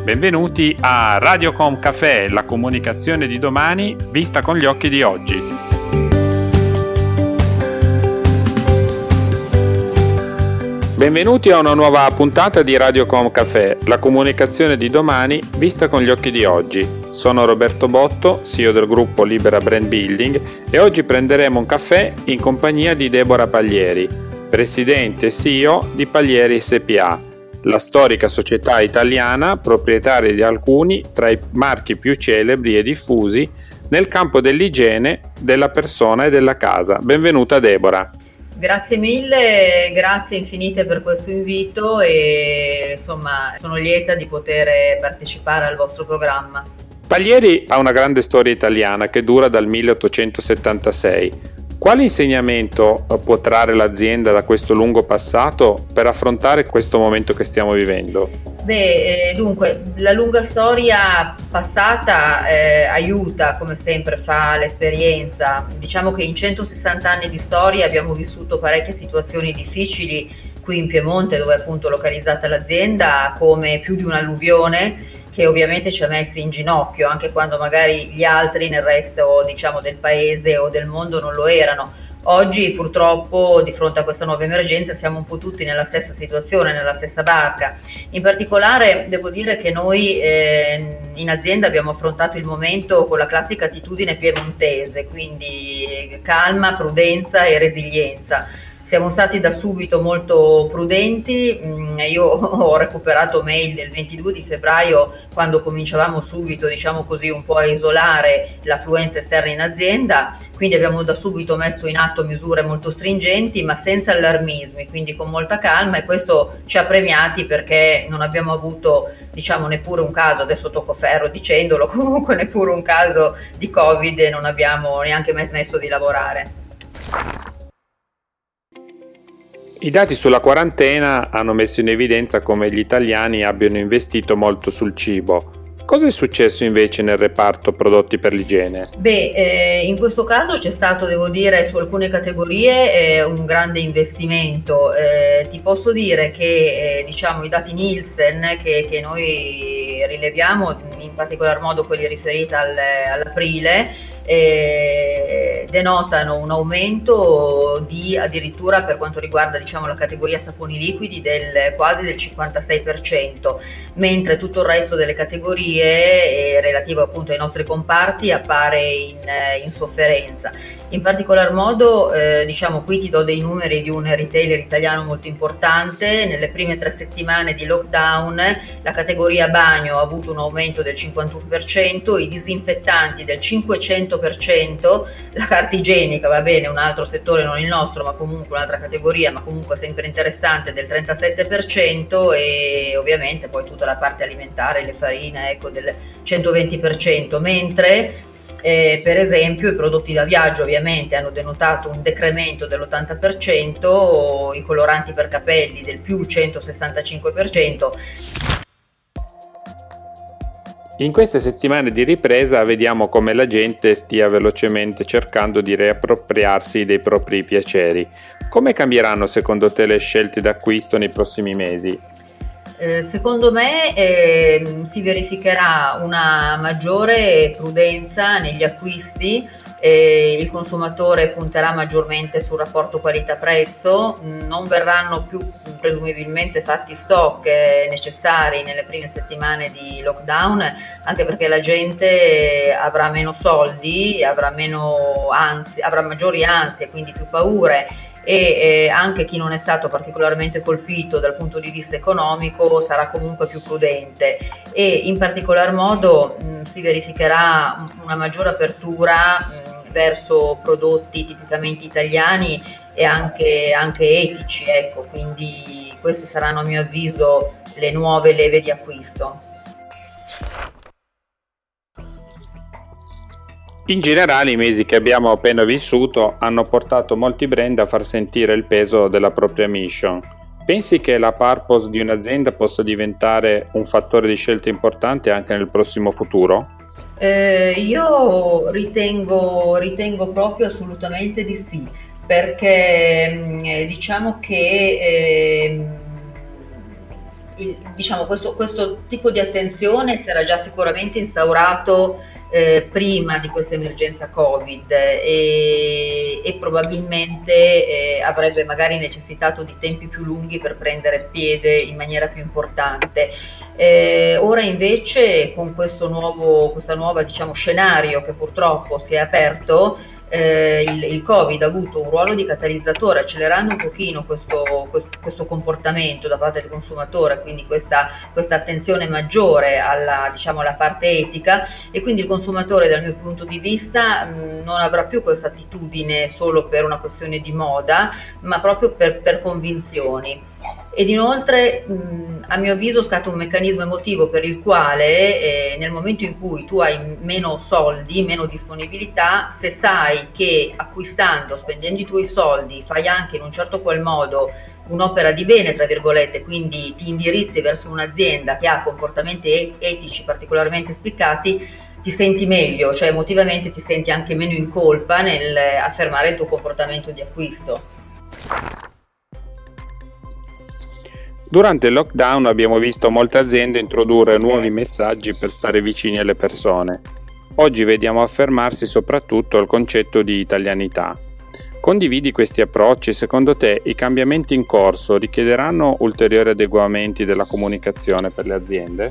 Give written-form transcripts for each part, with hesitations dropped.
Benvenuti a Radiocom Café, la comunicazione di domani vista con gli occhi di oggi. Benvenuti a una nuova puntata di Radiocom Café, la comunicazione di domani vista con gli occhi di oggi. Sono Roberto Botto, CEO del gruppo Libera Brand Building, e oggi prenderemo un caffè in compagnia di Deborah Paglieri, presidente e CEO di Paglieri SpA, la storica società italiana proprietaria di alcuni tra i marchi più celebri e diffusi nel campo dell'igiene della persona e della casa. Benvenuta Deborah. Grazie mille, grazie infinite per questo invito e insomma sono lieta di poter partecipare al vostro programma. Paglieri ha una grande storia italiana che dura dal 1876. Quale insegnamento può trarre l'azienda da questo lungo passato per affrontare questo momento che stiamo vivendo? Dunque, la lunga storia passata aiuta, come sempre fa l'esperienza. Diciamo che in 160 anni di storia abbiamo vissuto parecchie situazioni difficili qui in Piemonte, dove è appunto localizzata l'azienda, come più di un'alluvione che ovviamente ci ha messi in ginocchio, anche quando magari gli altri nel resto, diciamo, del paese o del mondo non lo erano. Oggi purtroppo di fronte a questa nuova emergenza siamo un po' tutti nella stessa situazione, nella stessa barca. In particolare devo dire che noi in azienda abbiamo affrontato il momento con la classica attitudine piemontese, quindi calma, prudenza e resilienza. Siamo stati da subito molto prudenti. Io ho recuperato mail del 22 di febbraio quando cominciavamo subito, diciamo così, un po' a isolare l'affluenza esterna in azienda, quindi abbiamo da subito messo in atto misure molto stringenti ma senza allarmismi, quindi con molta calma, e questo ci ha premiati perché non abbiamo avuto, diciamo, neppure un caso, adesso tocco ferro dicendolo, comunque neppure un caso di Covid e non abbiamo neanche mai smesso di lavorare. I dati sulla quarantena hanno messo in evidenza come gli italiani abbiano investito molto sul cibo. Cosa è successo invece nel reparto prodotti per l'igiene? In questo caso c'è stato, devo dire, su alcune categorie un grande investimento. Ti posso dire che diciamo i dati Nielsen che noi rileviamo, in particolar modo quelli riferiti all'aprile, denotano un aumento di addirittura, per quanto riguarda, diciamo, la categoria saponi liquidi, del quasi del 56%, mentre tutto il resto delle categorie relativo appunto ai nostri comparti appare in sofferenza. In particolar modo diciamo qui ti do dei numeri di un retailer italiano molto importante. Nelle prime 3 settimane di lockdown la categoria bagno ha avuto un aumento del 51%, i disinfettanti del 500%, la carta igienica, va bene, un altro settore, non il nostro, ma comunque un'altra categoria, ma comunque sempre interessante, del 37%, e ovviamente poi tutta la parte alimentare, le farine, ecco, del 120%, mentre per esempio i prodotti da viaggio ovviamente hanno denotato un decremento dell'80%, i coloranti per capelli del più 165%. In queste settimane di ripresa vediamo come la gente stia velocemente cercando di riappropriarsi dei propri piaceri. Come cambieranno secondo te le scelte d'acquisto nei prossimi mesi? Secondo me si verificherà una maggiore prudenza negli acquisti, il consumatore punterà maggiormente sul rapporto qualità-prezzo, non verranno più presumibilmente fatti stock necessari nelle prime settimane di lockdown, anche perché la gente avrà meno soldi, avrà meno ansia, avrà maggiori ansie, quindi più paure. E anche chi non è stato particolarmente colpito dal punto di vista economico sarà comunque più prudente, e in particolar modo si verificherà una maggiore apertura verso prodotti tipicamente italiani e anche etici, ecco, quindi queste saranno a mio avviso le nuove leve di acquisto. In generale i mesi che abbiamo appena vissuto hanno portato molti brand a far sentire il peso della propria mission. Pensi che la purpose di un'azienda possa diventare un fattore di scelta importante anche nel prossimo futuro? Io ritengo proprio assolutamente di sì, perché diciamo che questo tipo di attenzione si era già sicuramente instaurato prima di questa emergenza Covid e probabilmente avrebbe magari necessitato di tempi più lunghi per prendere piede in maniera più importante. Ora invece con questo nuovo scenario che purtroppo si è aperto, il Covid ha avuto un ruolo di catalizzatore, accelerando un pochino questo comportamento da parte del consumatore, quindi questa attenzione maggiore alla parte etica, e quindi il consumatore, dal mio punto di vista, non avrà più questa attitudine solo per una questione di moda, ma proprio per convinzioni. Ed inoltre, a mio avviso, scatta un meccanismo emotivo per il quale nel momento in cui tu hai meno soldi, meno disponibilità, se sai che acquistando, spendendo i tuoi soldi, fai anche in un certo qual modo un'opera di bene, tra virgolette, quindi ti indirizzi verso un'azienda che ha comportamenti etici particolarmente spiccati, ti senti meglio, cioè emotivamente ti senti anche meno in colpa nel affermare il tuo comportamento di acquisto. Durante il lockdown abbiamo visto molte aziende introdurre nuovi messaggi per stare vicini alle persone. Oggi vediamo affermarsi soprattutto il concetto di italianità. Condividi questi approcci? Secondo te i cambiamenti in corso richiederanno ulteriori adeguamenti della comunicazione per le aziende?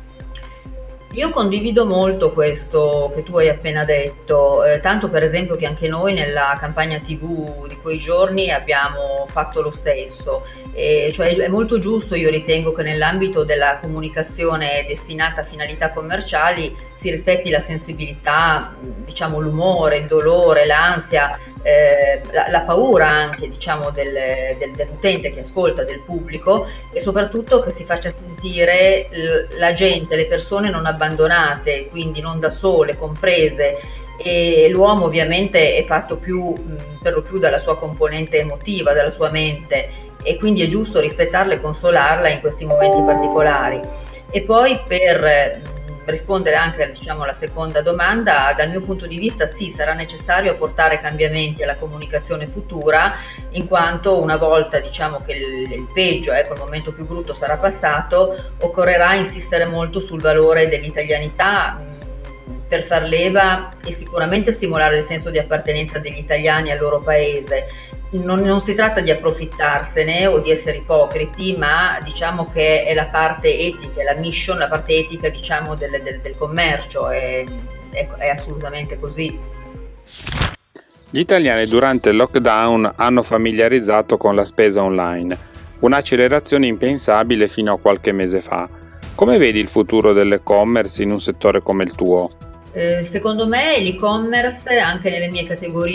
Io condivido molto questo che tu hai appena detto, tanto per esempio che anche noi nella campagna TV di quei giorni abbiamo fatto lo stesso. Cioè è molto giusto, io ritengo, che nell'ambito della comunicazione destinata a finalità commerciali si rispetti la sensibilità, l'umore, il dolore, l'ansia, la paura anche dell'utente che ascolta, del pubblico, e soprattutto che si faccia sentire la gente, le persone non abbandonate, quindi non da sole, comprese. E l'uomo ovviamente è fatto per lo più dalla sua componente emotiva, dalla sua mente, e quindi è giusto rispettarla e consolarla in questi momenti particolari. E poi, per rispondere anche alla seconda domanda, dal mio punto di vista sì, sarà necessario apportare cambiamenti alla comunicazione futura, in quanto una volta che il peggio, il momento più brutto sarà passato, occorrerà insistere molto sul valore dell'italianità, per far leva e sicuramente stimolare il senso di appartenenza degli italiani al loro paese. Non si tratta di approfittarsene o di essere ipocriti, ma che è la parte etica, la mission, la parte etica del commercio, è assolutamente così. Gli italiani durante il lockdown hanno familiarizzato con la spesa online, un'accelerazione impensabile fino a qualche mese fa. Come vedi il futuro dell'e-commerce in un settore come il tuo? Secondo me l'e-commerce anche nelle mie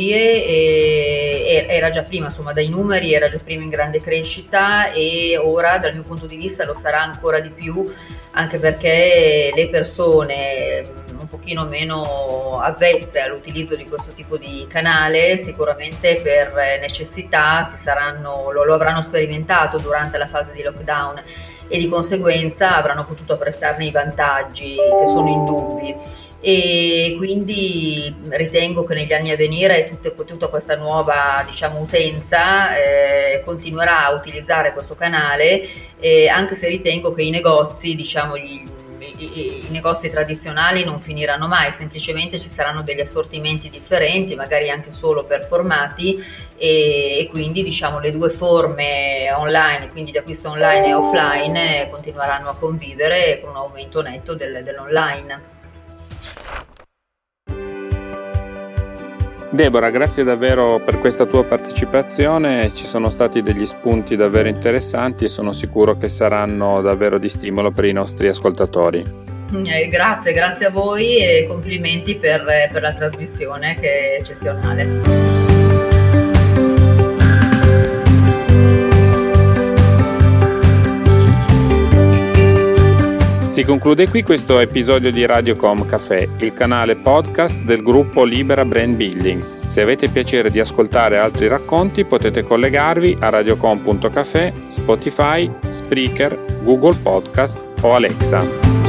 categorie era già prima, dai numeri era già prima in grande crescita, e ora dal mio punto di vista lo sarà ancora di più, anche perché le persone un pochino meno avvezze all'utilizzo di questo tipo di canale sicuramente per necessità lo avranno sperimentato durante la fase di lockdown e di conseguenza avranno potuto apprezzarne i vantaggi, che sono indubbi. E quindi ritengo che negli anni a venire tutta questa nuova utenza continuerà a utilizzare questo canale, anche se ritengo che i negozi i negozi tradizionali non finiranno mai, semplicemente ci saranno degli assortimenti differenti, magari anche solo per formati, e quindi le due forme online, quindi di acquisto online e offline, continueranno a convivere con un aumento netto dell'online. Deborah, grazie davvero per questa tua partecipazione, ci sono stati degli spunti davvero interessanti e sono sicuro che saranno davvero di stimolo per i nostri ascoltatori. Grazie a voi e complimenti per la trasmissione, che è eccezionale. Si conclude qui questo episodio di Radiocom Café, il canale podcast del gruppo Libera Brand Building. Se avete piacere di ascoltare altri racconti potete collegarvi a radiocom.café, Spotify, Spreaker, Google Podcast o Alexa.